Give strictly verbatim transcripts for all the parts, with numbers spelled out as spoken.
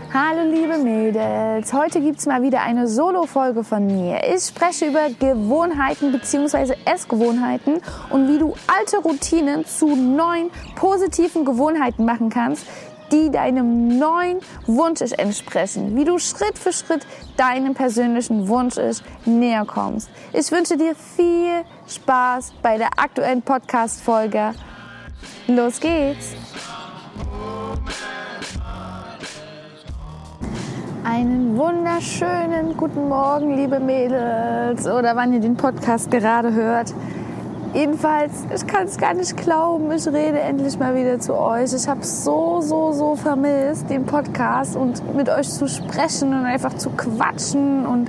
Hallo liebe Mädels, heute gibt es mal wieder eine Solo-Folge von mir. Ich spreche über Gewohnheiten bzw. Essgewohnheiten und wie du alte Routinen zu neuen positiven Gewohnheiten machen kannst, die deinem neuen Wunsch entsprechen. Wie du Schritt für Schritt deinem persönlichen Wunsch näher kommst. Ich wünsche dir viel Spaß bei der aktuellen Podcast-Folge. Los geht's! Einen wunderschönen guten Morgen, liebe Mädels, oder wann ihr den Podcast gerade hört. Jedenfalls, ich kann es gar nicht glauben, ich rede endlich mal wieder zu euch. Ich habe so, so, so vermisst, den Podcast und mit euch zu sprechen und einfach zu quatschen. Und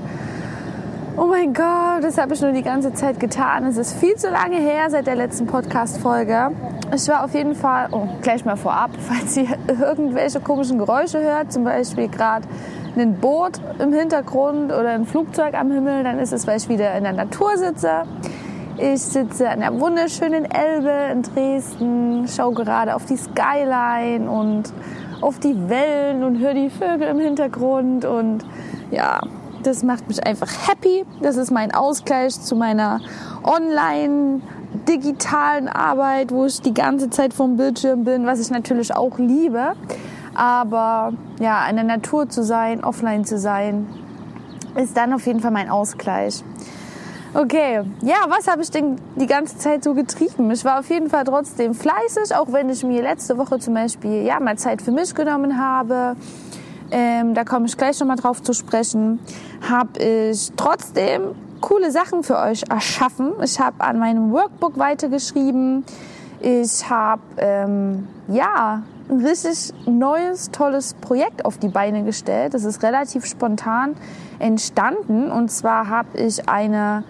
oh mein Gott, das habe ich nur die ganze Zeit getan. Es ist viel zu lange her seit der letzten Podcast-Folge. Ich war auf jeden Fall, oh, gleich mal vorab, falls ihr irgendwelche komischen Geräusche hört, zum Beispiel gerade ein Boot im Hintergrund oder ein Flugzeug am Himmel, dann ist es, weil ich wieder in der Natur sitze. Ich sitze an der wunderschönen Elbe in Dresden, schaue gerade auf die Skyline und auf die Wellen und höre die Vögel im Hintergrund. Und ja, das macht mich einfach happy. Das ist mein Ausgleich zu meiner online digitalen Arbeit, wo ich die ganze Zeit vom Bildschirm bin, was ich natürlich auch liebe. Aber ja, in der Natur zu sein, offline zu sein, ist dann auf jeden Fall mein Ausgleich. Okay, ja, was habe ich denn die ganze Zeit so getrieben? Ich war auf jeden Fall trotzdem fleißig, auch wenn ich mir letzte Woche zum Beispiel ja, mal Zeit für mich genommen habe. Ähm, da komme ich gleich nochmal drauf zu sprechen. Habe ich trotzdem coole Sachen für euch erschaffen. Ich habe an meinem Workbook weitergeschrieben. Ich habe, ähm, ja... ein richtig neues, tolles Projekt auf die Beine gestellt. Das ist relativ spontan entstanden. Und zwar habe ich eine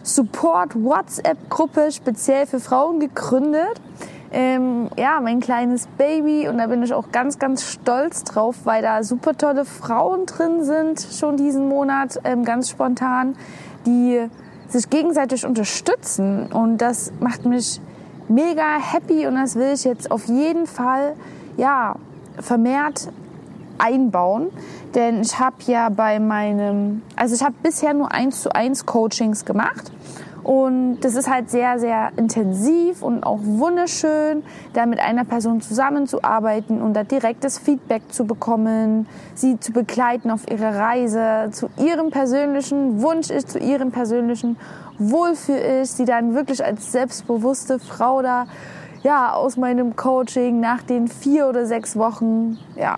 Support-WhatsApp-Gruppe speziell für Frauen gegründet. Ähm, ja, mein kleines Baby. Und da bin ich auch ganz, ganz stolz drauf, weil da super tolle Frauen drin sind, schon diesen Monat, ähm, ganz spontan, die sich gegenseitig unterstützen. Und das macht mich mega happy und das will ich jetzt auf jeden Fall ja, vermehrt einbauen, denn ich habe ja bei meinem, also ich habe bisher nur eins zu eins Coachings gemacht und das ist halt sehr, sehr intensiv und auch wunderschön, da mit einer Person zusammenzuarbeiten und da direktes Feedback zu bekommen, sie zu begleiten auf ihrer Reise zu ihrem persönlichen Wunsch ist, zu ihrem persönlichen Wohlfühl ist, sie dann wirklich als selbstbewusste Frau da ja, aus meinem Coaching nach den vier oder sechs Wochen, ja,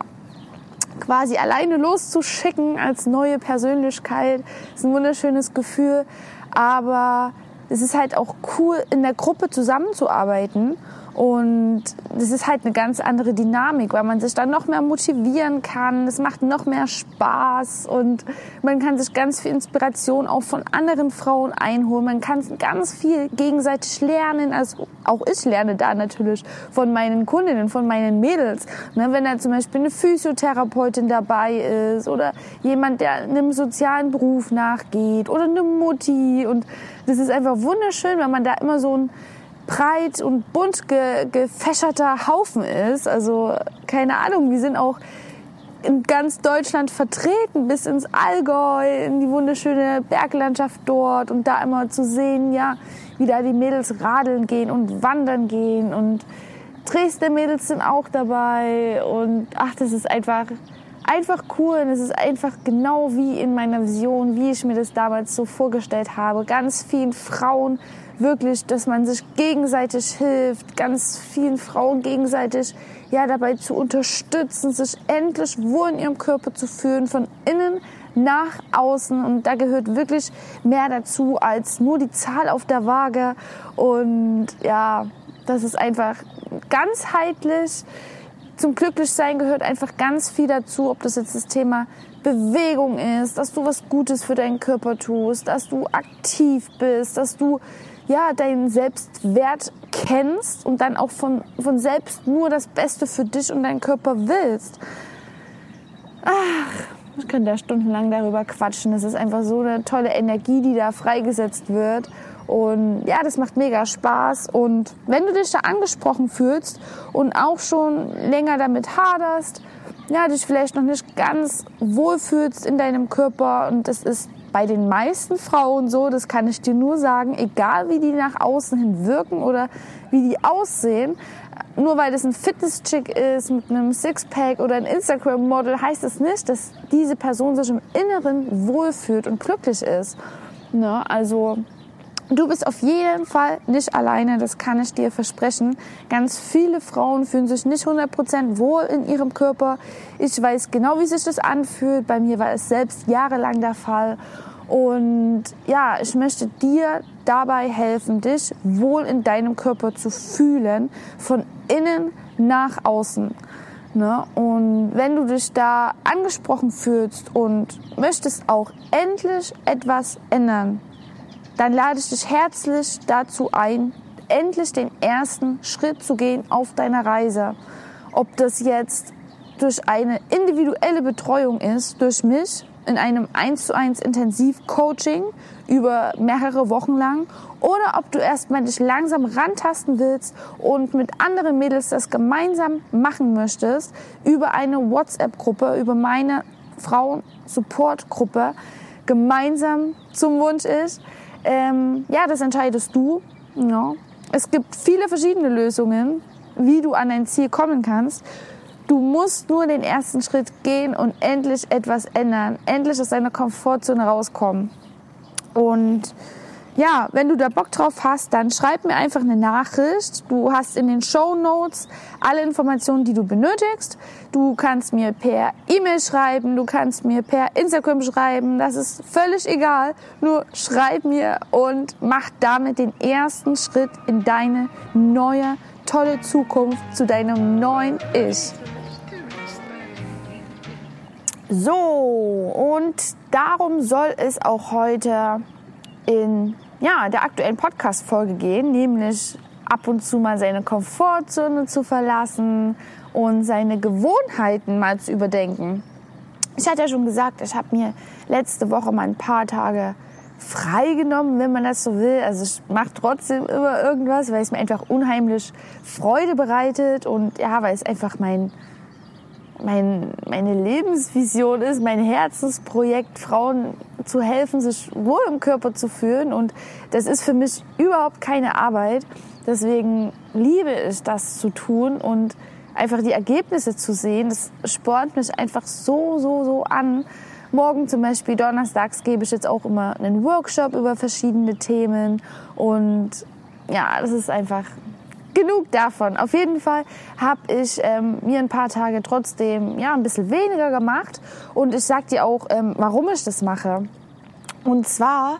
quasi alleine loszuschicken als neue Persönlichkeit. Das ist ein wunderschönes Gefühl, aber es ist halt auch cool, in der Gruppe zusammenzuarbeiten. Und das ist halt eine ganz andere Dynamik, weil man sich dann noch mehr motivieren kann. Es macht noch mehr Spaß und man kann sich ganz viel Inspiration auch von anderen Frauen einholen. Man kann ganz viel gegenseitig lernen. Also auch ich lerne da natürlich von meinen Kundinnen, von meinen Mädels. Ne, wenn da zum Beispiel eine Physiotherapeutin dabei ist oder jemand, der einem sozialen Beruf nachgeht oder eine Mutti. Und das ist einfach wunderschön, wenn man da immer so ein breit und bunt ge- gefächerter Haufen ist. Also keine Ahnung, wir sind auch in ganz Deutschland vertreten, bis ins Allgäu, in die wunderschöne Berglandschaft dort und da immer zu sehen, ja, wie da die Mädels radeln gehen und wandern gehen und Dresdner Mädels sind auch dabei und ach, das ist einfach einfach cool und es ist einfach genau wie in meiner Vision, wie ich mir das damals so vorgestellt habe. Ganz vielen Frauen wirklich, dass man sich gegenseitig hilft, ganz vielen Frauen gegenseitig ja, dabei zu unterstützen, sich endlich wohl in ihrem Körper zu fühlen, von innen nach außen. Und da gehört wirklich mehr dazu als nur die Zahl auf der Waage. Und ja, das ist einfach ganzheitlich. Zum Glücklichsein gehört einfach ganz viel dazu, ob das jetzt das Thema Bewegung ist, dass du was Gutes für deinen Körper tust, dass du aktiv bist, dass du ja, deinen Selbstwert kennst und dann auch von, von selbst nur das Beste für dich und deinen Körper willst. Ach, ich könnte da stundenlang darüber quatschen. Das ist einfach so eine tolle Energie, die da freigesetzt wird. Und ja, das macht mega Spaß. Und wenn du dich da angesprochen fühlst und auch schon länger damit haderst, ja, dich vielleicht noch nicht ganz wohlfühlst in deinem Körper. Und das ist bei den meisten Frauen so, das kann ich dir nur sagen, egal wie die nach außen hin wirken oder wie die aussehen, nur weil das ein Fitness-Chick ist mit einem Sixpack oder ein Instagram-Model, heißt es nicht, dass diese Person sich im Inneren wohlfühlt und glücklich ist. Ne? Also du bist auf jeden Fall nicht alleine, das kann ich dir versprechen. Ganz viele Frauen fühlen sich nicht hundert Prozent wohl in ihrem Körper. Ich weiß genau, wie sich das anfühlt. Bei mir war es selbst jahrelang der Fall. Und ja, ich möchte dir dabei helfen, dich wohl in deinem Körper zu fühlen, von innen nach außen. Ne? Und wenn du dich da angesprochen fühlst und möchtest auch endlich etwas ändern, dann lade ich dich herzlich dazu ein, endlich den ersten Schritt zu gehen auf deiner Reise. Ob das jetzt durch eine individuelle Betreuung ist, durch mich in einem eins zu eins Intensiv-Coaching über mehrere Wochen lang, oder ob du erstmal dich langsam rantasten willst und mit anderen Mädels das gemeinsam machen möchtest über eine WhatsApp-Gruppe, über meine Frauen-Support-Gruppe, gemeinsam zum Wunsch ist. Ähm, ja, das entscheidest du. Ja. Es gibt viele verschiedene Lösungen, wie du an dein Ziel kommen kannst. Du musst nur den ersten Schritt gehen und endlich etwas ändern. Endlich aus deiner Komfortzone rauskommen. Und ja, wenn du da Bock drauf hast, dann schreib mir einfach eine Nachricht. Du hast in den Shownotes alle Informationen, die du benötigst. Du kannst mir per E-Mail schreiben, du kannst mir per Instagram schreiben. Das ist völlig egal. Nur schreib mir und mach damit den ersten Schritt in deine neue, tolle Zukunft zu deinem neuen Ich. So, und darum soll es auch heute in ja, der aktuellen Podcast-Folge gehen, nämlich ab und zu mal seine Komfortzone zu verlassen und seine Gewohnheiten mal zu überdenken. Ich hatte ja schon gesagt, ich habe mir letzte Woche mal ein paar Tage freigenommen, wenn man das so will. Also ich mache trotzdem immer irgendwas, weil es mir einfach unheimlich Freude bereitet und ja, weil es einfach mein Mein, meine Lebensvision ist, mein Herzensprojekt, Frauen zu helfen, sich wohl im Körper zu fühlen. Und das ist für mich überhaupt keine Arbeit. Deswegen liebe ich das zu tun und einfach die Ergebnisse zu sehen. Das spornt mich einfach so, so, so an. Morgen zum Beispiel, donnerstags, gebe ich jetzt auch immer einen Workshop über verschiedene Themen. Und ja, das ist einfach genug davon. Auf jeden Fall habe ich ähm, mir ein paar Tage trotzdem ja, ein bisschen weniger gemacht. Und ich sage dir auch, ähm, warum ich das mache. Und zwar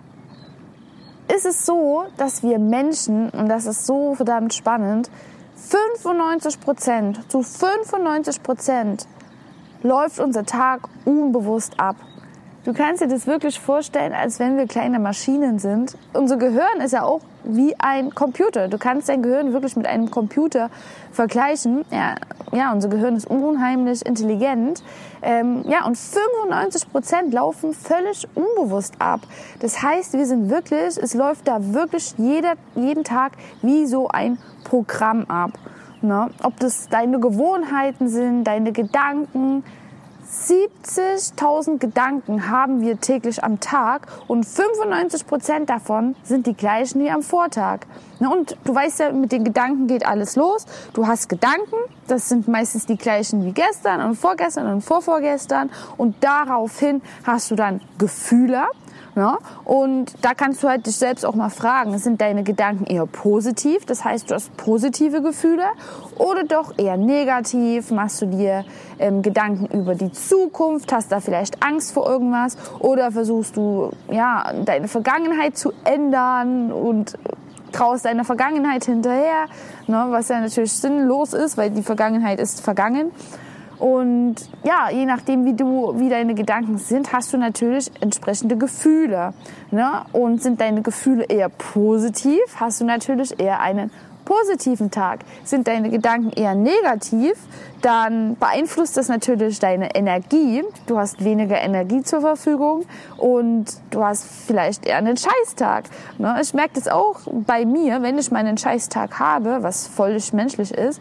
ist es so, dass wir Menschen, und das ist so verdammt spannend, fünfundneunzig Prozent, zu fünfundneunzig Prozent läuft unser Tag unbewusst ab. Du kannst dir das wirklich vorstellen, als wenn wir kleine Maschinen sind. Unser Gehirn ist ja auch wie ein Computer. Du kannst dein Gehirn wirklich mit einem Computer vergleichen. Ja, ja, unser Gehirn ist unheimlich intelligent. Ähm, ja, und fünfundneunzig Prozent laufen völlig unbewusst ab. Das heißt, wir sind wirklich, es läuft da wirklich jeder, jeden Tag wie so ein Programm ab. Ne? Ob das deine Gewohnheiten sind, deine Gedanken. siebzigtausend Gedanken haben wir täglich am Tag und fünfundneunzig Prozent davon sind die gleichen wie am Vortag. Und du weißt ja, mit den Gedanken geht alles los. Du hast Gedanken, das sind meistens die gleichen wie gestern und vorgestern und vorvorgestern. Und daraufhin hast du dann Gefühle. Ja, und da kannst du halt dich selbst auch mal fragen, sind deine Gedanken eher positiv, das heißt, du hast positive Gefühle, oder doch eher negativ, machst du dir ähm, Gedanken über die Zukunft, hast da vielleicht Angst vor irgendwas, oder versuchst du ja deine Vergangenheit zu ändern und traust deiner Vergangenheit hinterher, ne, was ja natürlich sinnlos ist, weil die Vergangenheit ist vergangen. Und ja, je nachdem, wie du, wie deine Gedanken sind, hast du natürlich entsprechende Gefühle. Ne? Und sind deine Gefühle eher positiv, hast du natürlich eher einen positiven Tag. Sind deine Gedanken eher negativ, dann beeinflusst das natürlich deine Energie. Du hast weniger Energie zur Verfügung und du hast vielleicht eher einen Scheißtag. Ne? Ich merke das auch bei mir, wenn ich mal einen Scheißtag habe, was völlig menschlich ist,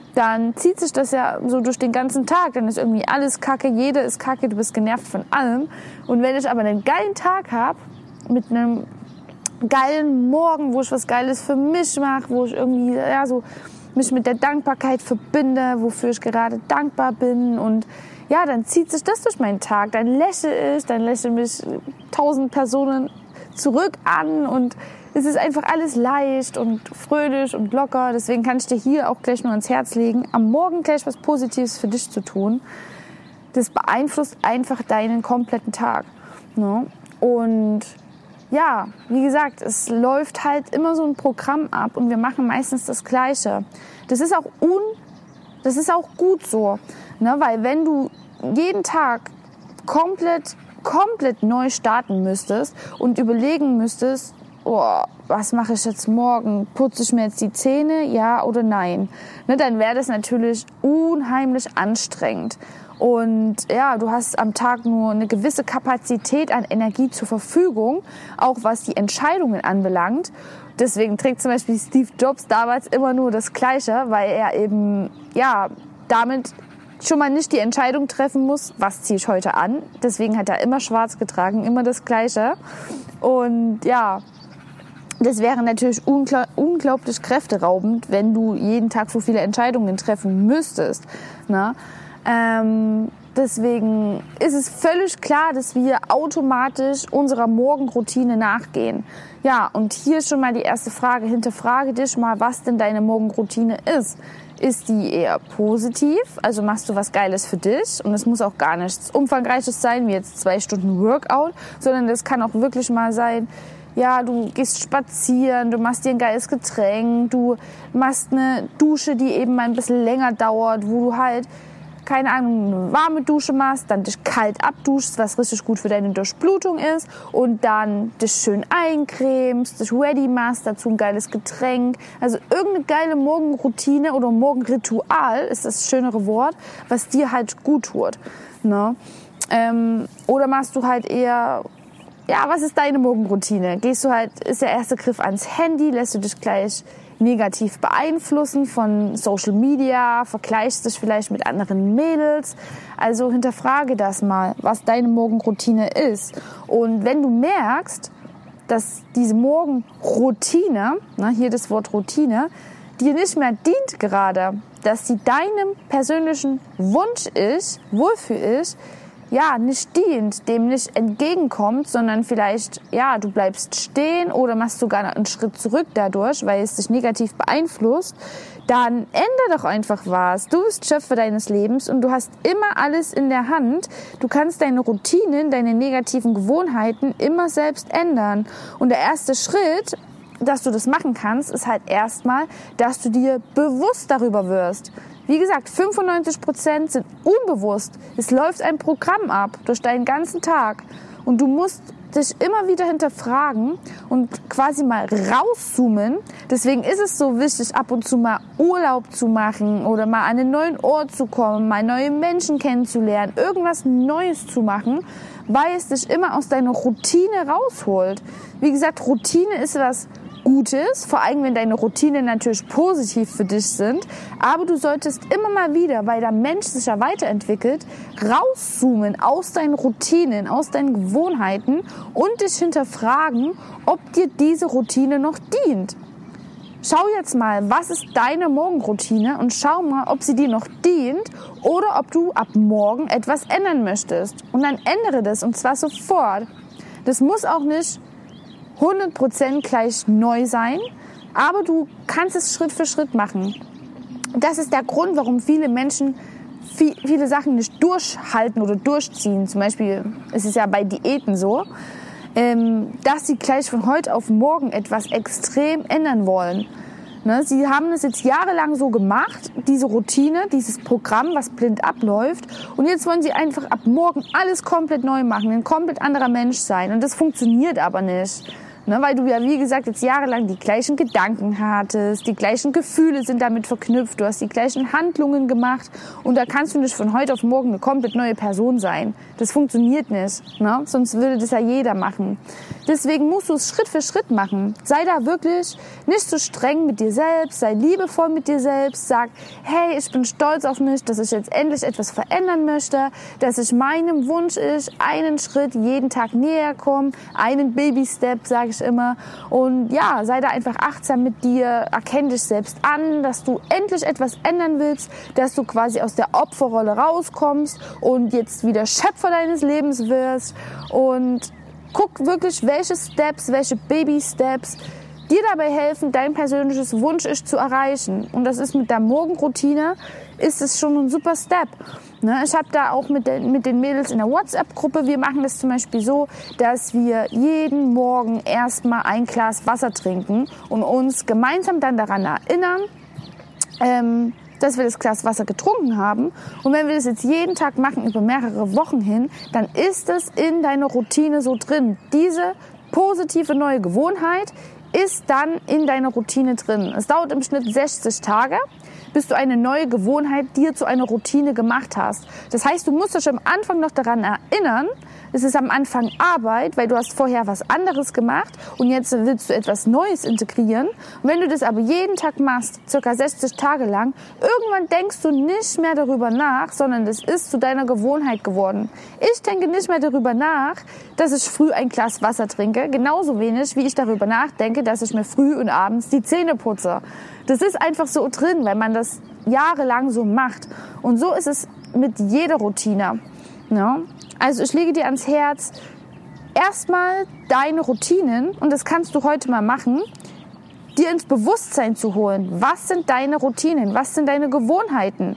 dann zieht sich das ja so durch den ganzen Tag. Dann ist irgendwie alles kacke, jeder ist kacke, du bist genervt von allem. Und wenn ich aber einen geilen Tag habe, mit einem geilen Morgen, wo ich was Geiles für mich mache, wo ich irgendwie ja, so mich mit der Dankbarkeit verbinde, wofür ich gerade dankbar bin und ja, dann zieht sich das durch meinen Tag. Dann lächle ich, dann lächeln mich tausend Personen zurück an und es ist einfach alles leicht und fröhlich und locker. Deswegen kann ich dir hier auch gleich nur ans Herz legen, am Morgen gleich was Positives für dich zu tun. Das beeinflusst einfach deinen kompletten Tag. Ne? Und ja, wie gesagt, es läuft halt immer so ein Programm ab und wir machen meistens das Gleiche. Das ist auch un, das ist auch gut so, ne? Weil wenn du jeden Tag komplett, komplett neu starten müsstest und überlegen müsstest, oh, was mache ich jetzt morgen? Putze ich mir jetzt die Zähne, ja oder nein? Ne, dann wäre das natürlich unheimlich anstrengend. Und ja, du hast am Tag nur eine gewisse Kapazität an Energie zur Verfügung, auch was die Entscheidungen anbelangt. Deswegen trägt zum Beispiel Steve Jobs damals immer nur das Gleiche, weil er eben ja damit schon mal nicht die Entscheidung treffen muss, was ziehe ich heute an. Deswegen hat er immer schwarz getragen, immer das Gleiche. Und ja, das wäre natürlich ungl- unglaublich kräfteraubend, wenn du jeden Tag so viele Entscheidungen treffen müsstest. Ne? Ähm, deswegen ist es völlig klar, dass wir automatisch unserer Morgenroutine nachgehen. Ja, und hier ist schon mal die erste Frage. Hinterfrage dich mal, was denn deine Morgenroutine ist. Ist die eher positiv? Also machst du was Geiles für dich? Und es muss auch gar nichts Umfangreiches sein, wie jetzt zwei Stunden Workout, sondern das kann auch wirklich mal sein, ja, du gehst spazieren, du machst dir ein geiles Getränk, du machst eine Dusche, die eben mal ein bisschen länger dauert, wo du halt keine Ahnung, eine warme Dusche machst, dann dich kalt abduschst, was richtig gut für deine Durchblutung ist und dann dich schön eincremst, dich ready machst, dazu ein geiles Getränk. Also irgendeine geile Morgenroutine oder Morgenritual ist das schönere Wort, was dir halt gut tut. Ne? Ähm, oder machst du halt eher, ja, was ist deine Morgenroutine? Gehst du halt, ist der erste Griff ans Handy, lässt du dich gleich negativ beeinflussen von Social Media, vergleichst dich vielleicht mit anderen Mädels. Also hinterfrage das mal, was deine Morgenroutine ist. Und wenn du merkst, dass diese Morgenroutine, ne, hier das Wort Routine, dir nicht mehr dient gerade, dass sie deinem persönlichen Wunsch ist, Wohlfühl ist, ja, nicht dient, dem nicht entgegenkommt, sondern vielleicht, ja, du bleibst stehen oder machst sogar einen Schritt zurück dadurch, weil es dich negativ beeinflusst, dann ändere doch einfach was. Du bist Schöpfer deines Lebens und du hast immer alles in der Hand. Du kannst deine Routinen, deine negativen Gewohnheiten immer selbst ändern. Und der erste Schritt, dass du das machen kannst, ist halt erstmal, dass du dir bewusst darüber wirst. Wie gesagt, fünfundneunzig Prozent sind unbewusst. Es läuft ein Programm ab durch deinen ganzen Tag. Und du musst dich immer wieder hinterfragen und quasi mal rauszoomen. Deswegen ist es so wichtig, ab und zu mal Urlaub zu machen oder mal an einen neuen Ort zu kommen, mal neue Menschen kennenzulernen, irgendwas Neues zu machen, weil es dich immer aus deiner Routine rausholt. Wie gesagt, Routine ist was Gutes, vor allem wenn deine Routinen natürlich positiv für dich sind, aber du solltest immer mal wieder, weil der Mensch sich ja weiterentwickelt, rauszoomen aus deinen Routinen, aus deinen Gewohnheiten und dich hinterfragen, ob dir diese Routine noch dient. Schau jetzt mal, was ist deine Morgenroutine und schau mal, ob sie dir noch dient oder ob du ab morgen etwas ändern möchtest. Und dann ändere das und zwar sofort. Das muss auch nicht hundert Prozent gleich neu sein, aber du kannst es Schritt für Schritt machen. Das ist der Grund, warum viele Menschen viel, viele Sachen nicht durchhalten oder durchziehen. Zum Beispiel ist es ja bei Diäten so, ähm, dass sie gleich von heute auf morgen etwas extrem ändern wollen. Ne, sie haben es jetzt jahrelang so gemacht, diese Routine, dieses Programm, was blind abläuft. Und jetzt wollen sie einfach ab morgen alles komplett neu machen, ein komplett anderer Mensch sein. Und das funktioniert aber nicht. Ne, weil du ja, wie gesagt, jetzt jahrelang die gleichen Gedanken hattest, die gleichen Gefühle sind damit verknüpft, du hast die gleichen Handlungen gemacht und da kannst du nicht von heute auf morgen eine komplett neue Person sein. Das funktioniert nicht, ne? Sonst würde das ja jeder machen. Deswegen musst du es Schritt für Schritt machen. Sei da wirklich nicht so streng mit dir selbst, sei liebevoll mit dir selbst, sag, hey, ich bin stolz auf mich, dass ich jetzt endlich etwas verändern möchte, dass ich meinem Wunsch ist, einen Schritt jeden Tag näher komme, einen Baby-Step, sage ich immer. Und ja, sei da einfach achtsam mit dir, erkenn dich selbst an, dass du endlich etwas ändern willst, dass du quasi aus der Opferrolle rauskommst und jetzt wieder Schöpfer deines Lebens wirst. Und guck wirklich, welche Steps, welche Baby-Steps dir dabei helfen, dein persönliches Wunsch-Ich zu erreichen. Und das ist mit der Morgenroutine, ist es schon ein super Step. Ne, ich habe da auch mit den, mit den Mädels in der WhatsApp-Gruppe, wir machen das zum Beispiel so, dass wir jeden Morgen erstmal ein Glas Wasser trinken und uns gemeinsam dann daran erinnern, ähm, dass wir das Glas Wasser getrunken haben. Und wenn wir das jetzt jeden Tag machen, über mehrere Wochen hin, dann ist es in deiner Routine so drin. Diese positive neue Gewohnheit ist dann in deiner Routine drin. Es dauert im Schnitt sechzig Tage, bis du eine neue Gewohnheit dir zu einer Routine gemacht hast. Das heißt, du musst dich am Anfang noch daran erinnern, es ist am Anfang Arbeit, weil du hast vorher was anderes gemacht und jetzt willst du etwas Neues integrieren. Und wenn du das aber jeden Tag machst, circa sechzig Tage lang, irgendwann denkst du nicht mehr darüber nach, sondern es ist zu deiner Gewohnheit geworden. Ich denke nicht mehr darüber nach, dass ich früh ein Glas Wasser trinke, genauso wenig wie ich darüber nachdenke, dass ich mir früh und abends die Zähne putze. Das ist einfach so drin, weil man das jahrelang so macht. Und so ist es mit jeder Routine. Ja? Also ich lege dir ans Herz, erstmal deine Routinen, und das kannst du heute mal machen, dir ins Bewusstsein zu holen. Was sind deine Routinen? Was sind deine Gewohnheiten?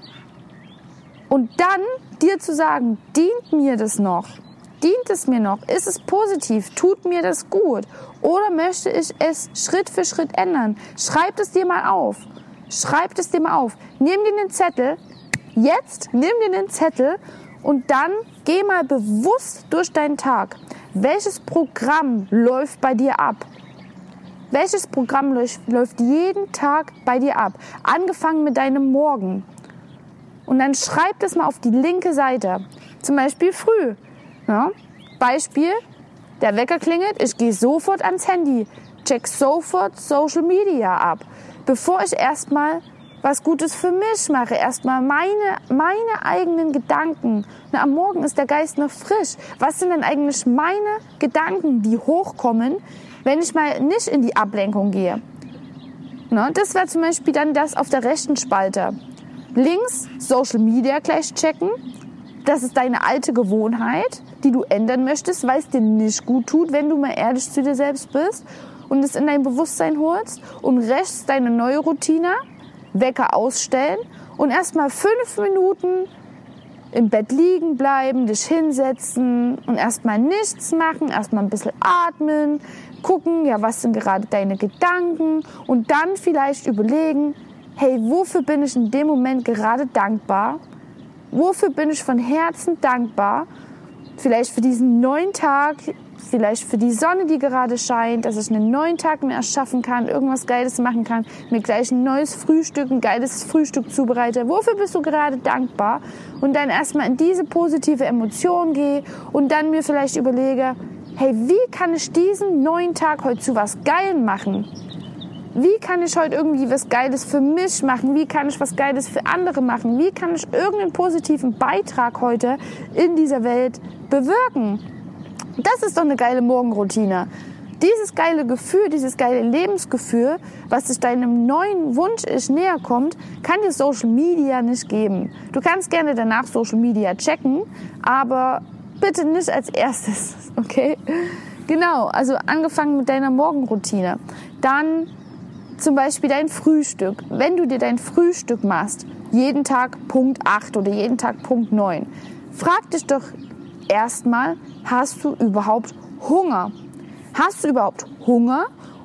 Und dann dir zu sagen, dient mir das noch? Dient es mir noch? Ist es positiv? Tut mir das gut? Oder möchte ich es Schritt für Schritt ändern? Schreib es dir mal auf. Schreib es dir mal auf. Nimm dir den Zettel. Jetzt nimm dir den Zettel und dann geh mal bewusst durch deinen Tag. Welches Programm läuft bei dir ab? Welches Programm läuft, läuft jeden Tag bei dir ab? Angefangen mit deinem Morgen. Und dann schreib das mal auf die linke Seite. Zum Beispiel früh. Ja? Beispiel, der Wecker klingelt, ich gehe sofort ans Handy, check sofort Social Media ab, bevor ich erstmal was Gutes für mich mache, erstmal meine, meine eigenen Gedanken. Na, am Morgen ist der Geist noch frisch. Was sind denn eigentlich meine Gedanken, die hochkommen, wenn ich mal nicht in die Ablenkung gehe? Na, das wäre zum Beispiel dann das auf der rechten Spalte. Links Social Media gleich checken. Das ist deine alte Gewohnheit, die du ändern möchtest, weil es dir nicht gut tut, wenn du mal ehrlich zu dir selbst bist und es in dein Bewusstsein holst. Und rechts deine neue Routine, Wecker ausstellen und erstmal fünf Minuten im Bett liegen bleiben, dich hinsetzen und erstmal nichts machen, erstmal ein bisschen atmen, gucken, ja, was sind gerade deine Gedanken und dann vielleicht überlegen, hey, wofür bin ich in dem Moment gerade dankbar? Wofür bin ich von Herzen dankbar? Vielleicht für diesen neuen Tag, vielleicht für die Sonne, die gerade scheint, dass ich einen neuen Tag mir erschaffen kann, irgendwas Geiles machen kann, mir gleich ein neues Frühstück, ein geiles Frühstück zubereite. Wofür bist du gerade dankbar? Und dann erstmal in diese positive Emotion gehe und dann mir vielleicht überlege, hey, wie kann ich diesen neuen Tag heute zu was Geilem machen? Wie kann ich heute irgendwie was Geiles für mich machen? Wie kann ich was Geiles für andere machen? Wie kann ich irgendeinen positiven Beitrag heute in dieser Welt bewirken? Das ist doch eine geile Morgenroutine. Dieses geile Gefühl, dieses geile Lebensgefühl, was sich deinem neuen Wunsch-Ich näher kommt, kann dir Social Media nicht geben. Du kannst gerne danach Social Media checken, aber bitte nicht als erstes, okay? Genau, also angefangen mit deiner Morgenroutine. Dann zum Beispiel dein Frühstück. Wenn du dir dein Frühstück machst, jeden Tag Punkt acht oder jeden Tag Punkt neun, frag dich doch erstmal, hast du überhaupt Hunger? Hast du überhaupt Hunger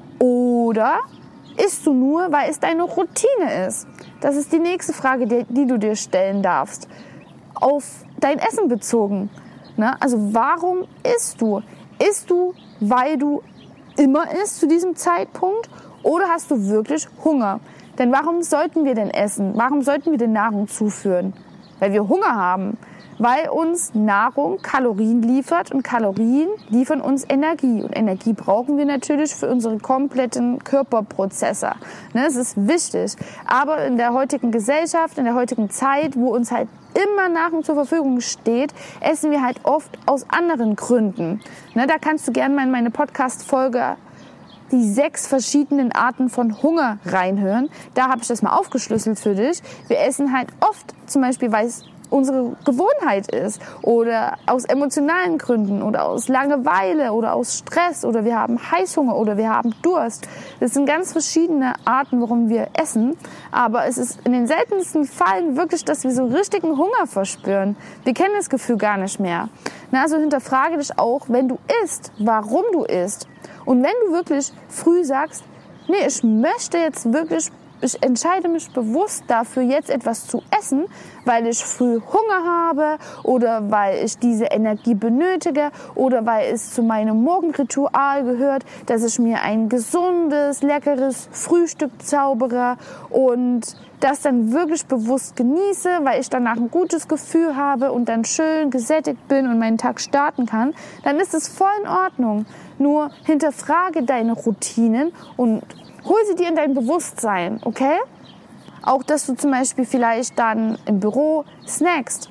oder isst du nur, weil es deine Routine ist? Das ist die nächste Frage, die, die du dir stellen darfst. Auf dein Essen bezogen. Ne? Also warum isst du? Isst du, weil du immer isst zu diesem Zeitpunkt oder hast du wirklich Hunger? Denn warum sollten wir denn essen? Warum sollten wir denn Nahrung zuführen? Weil wir Hunger haben. Weil uns Nahrung Kalorien liefert und Kalorien liefern uns Energie. Und Energie brauchen wir natürlich für unsere kompletten Körperprozesse. Ne, das ist wichtig. Aber in der heutigen Gesellschaft, in der heutigen Zeit, wo uns halt immer Nahrung zur Verfügung steht, essen wir halt oft aus anderen Gründen. Ne, da kannst du gerne mal in meine Podcast-Folge die sechs verschiedenen Arten von Hunger reinhören. Da habe ich das mal aufgeschlüsselt für dich. Wir essen halt oft zum Beispiel, weil es unsere Gewohnheit ist oder aus emotionalen Gründen oder aus Langeweile oder aus Stress oder wir haben Heißhunger oder wir haben Durst. Das sind ganz verschiedene Arten, warum wir essen, aber es ist in den seltensten Fällen wirklich, dass wir so richtigen Hunger verspüren. Wir kennen das Gefühl gar nicht mehr. Na, also hinterfrage dich auch, wenn du isst, warum du isst. Und wenn du wirklich früh sagst, nee, ich möchte jetzt wirklich Ich entscheide mich bewusst dafür, jetzt etwas zu essen, weil ich früh Hunger habe oder weil ich diese Energie benötige oder weil es zu meinem Morgenritual gehört, dass ich mir ein gesundes, leckeres Frühstück zaubere und das dann wirklich bewusst genieße, weil ich danach ein gutes Gefühl habe und dann schön gesättigt bin und meinen Tag starten kann, dann ist es voll in Ordnung. Nur hinterfrage deine Routinen und hol sie dir in dein Bewusstsein, okay? Auch, dass du zum Beispiel vielleicht dann im Büro snackst.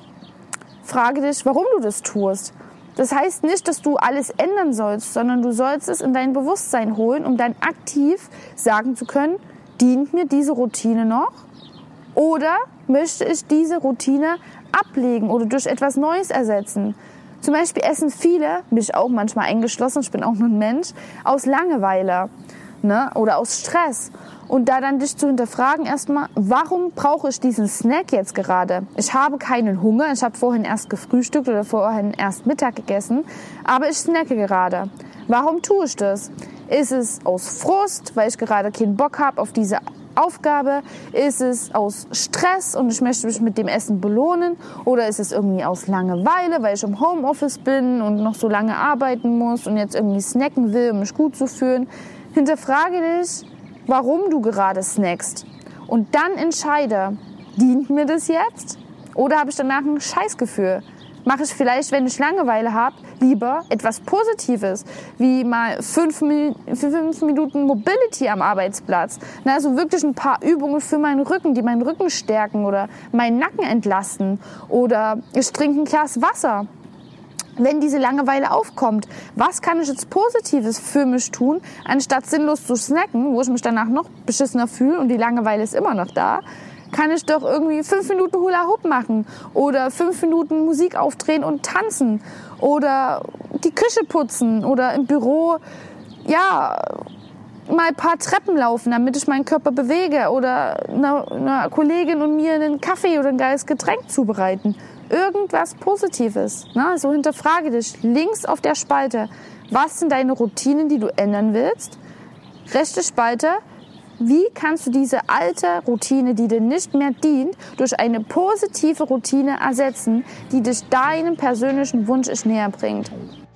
Frage dich, warum du das tust. Das heißt nicht, dass du alles ändern sollst, sondern du sollst es in dein Bewusstsein holen, um dann aktiv sagen zu können, dient mir diese Routine noch? Oder möchte ich diese Routine ablegen oder durch etwas Neues ersetzen? Zum Beispiel essen viele, mich auch manchmal eingeschlossen, ich bin auch nur ein Mensch, aus Langeweile. Ne, oder aus Stress. Und da dann dich zu hinterfragen erstmal, warum brauche ich diesen Snack jetzt gerade? Ich habe keinen Hunger, ich habe vorhin erst gefrühstückt oder vorhin erst Mittag gegessen, aber ich snacke gerade. Warum tue ich das? Ist es aus Frust, weil ich gerade keinen Bock habe auf diese Aufgabe? Ist es aus Stress und ich möchte mich mit dem Essen belohnen? Oder ist es irgendwie aus Langeweile, weil ich im Homeoffice bin und noch so lange arbeiten muss und jetzt irgendwie snacken will, um mich gut zu fühlen? Hinterfrage dich, warum du gerade snackst. Und dann entscheide, dient mir das jetzt? Oder habe ich danach ein Scheißgefühl? Mache ich vielleicht, wenn ich Langeweile habe, lieber etwas Positives, wie mal fünf, fünf Minuten Mobility am Arbeitsplatz. Na, also wirklich ein paar Übungen für meinen Rücken, die meinen Rücken stärken oder meinen Nacken entlasten. Oder ich trinke ein Glas Wasser. Wenn diese Langeweile aufkommt, was kann ich jetzt Positives für mich tun, anstatt sinnlos zu snacken, wo ich mich danach noch beschissener fühle und die Langeweile ist immer noch da, kann ich doch irgendwie fünf Minuten Hula Hoop machen oder fünf Minuten Musik aufdrehen und tanzen oder die Küche putzen oder im Büro, ja, mal ein paar Treppen laufen, damit ich meinen Körper bewege oder einer, einer Kollegin und mir einen Kaffee oder ein geiles Getränk zubereiten. Irgendwas Positives. Ne? So hinterfrage dich links auf der Spalte. Was sind deine Routinen, die du ändern willst? Rechte Spalte. Wie kannst du diese alte Routine, die dir nicht mehr dient, durch eine positive Routine ersetzen, die dich deinem persönlichen Wunsch näher bringt?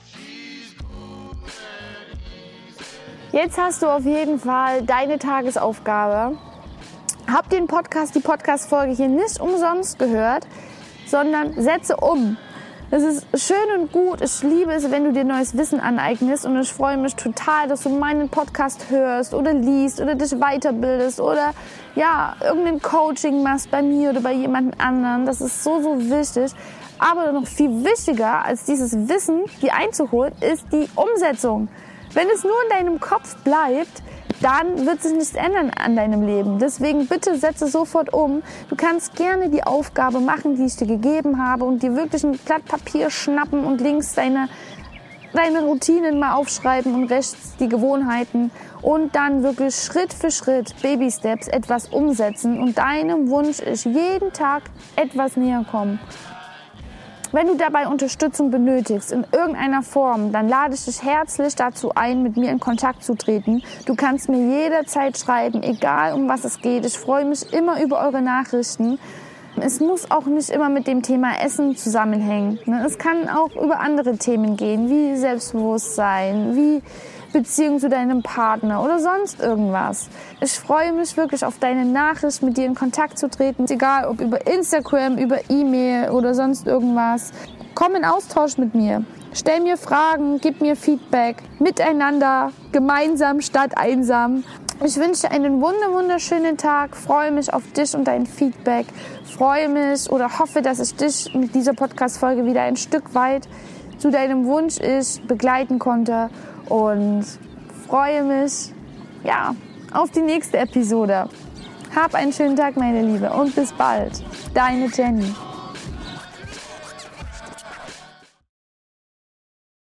Jetzt hast du auf jeden Fall deine Tagesaufgabe. Hab den Podcast, die Podcast-Folge hier nicht umsonst gehört, sondern setze um. Es ist schön und gut. Ich liebe es, wenn du dir neues Wissen aneignest und ich freue mich total, dass du meinen Podcast hörst oder liest oder dich weiterbildest oder ja, irgendein Coaching machst bei mir oder bei jemand anderen. Das ist so, so wichtig. Aber noch viel wichtiger als dieses Wissen, dir einzuholen, ist die Umsetzung. Wenn es nur in deinem Kopf bleibt, dann wird sich nichts ändern an deinem Leben. Deswegen bitte setze sofort um. Du kannst gerne die Aufgabe machen, die ich dir gegeben habe und dir wirklich ein Blatt Papier schnappen und links deine, deine Routinen mal aufschreiben und rechts die Gewohnheiten und dann wirklich Schritt für Schritt, Baby Steps, etwas umsetzen und deinem Wunsch ist jeden Tag etwas näher kommen. Wenn du dabei Unterstützung benötigst, in irgendeiner Form, dann lade ich dich herzlich dazu ein, mit mir in Kontakt zu treten. Du kannst mir jederzeit schreiben, egal um was es geht. Ich freue mich immer über eure Nachrichten. Es muss auch nicht immer mit dem Thema Essen zusammenhängen. Es kann auch über andere Themen gehen, wie Selbstbewusstsein, wie Beziehung zu deinem Partner oder sonst irgendwas. Ich freue mich wirklich auf deine Nachricht, mit dir in Kontakt zu treten, egal ob über Instagram, über E-Mail oder sonst irgendwas. Komm in Austausch mit mir. Stell mir Fragen, gib mir Feedback. Miteinander, gemeinsam statt einsam. Ich wünsche dir einen wunderschönen Tag, freue mich auf dich und dein Feedback, freue mich oder hoffe, dass ich dich mit dieser Podcast-Folge wieder ein Stück weit zu deinem Wunsch ich begleiten konnte und freue mich, ja, auf die nächste Episode. Hab einen schönen Tag, meine Liebe, und bis bald. Deine Jenny.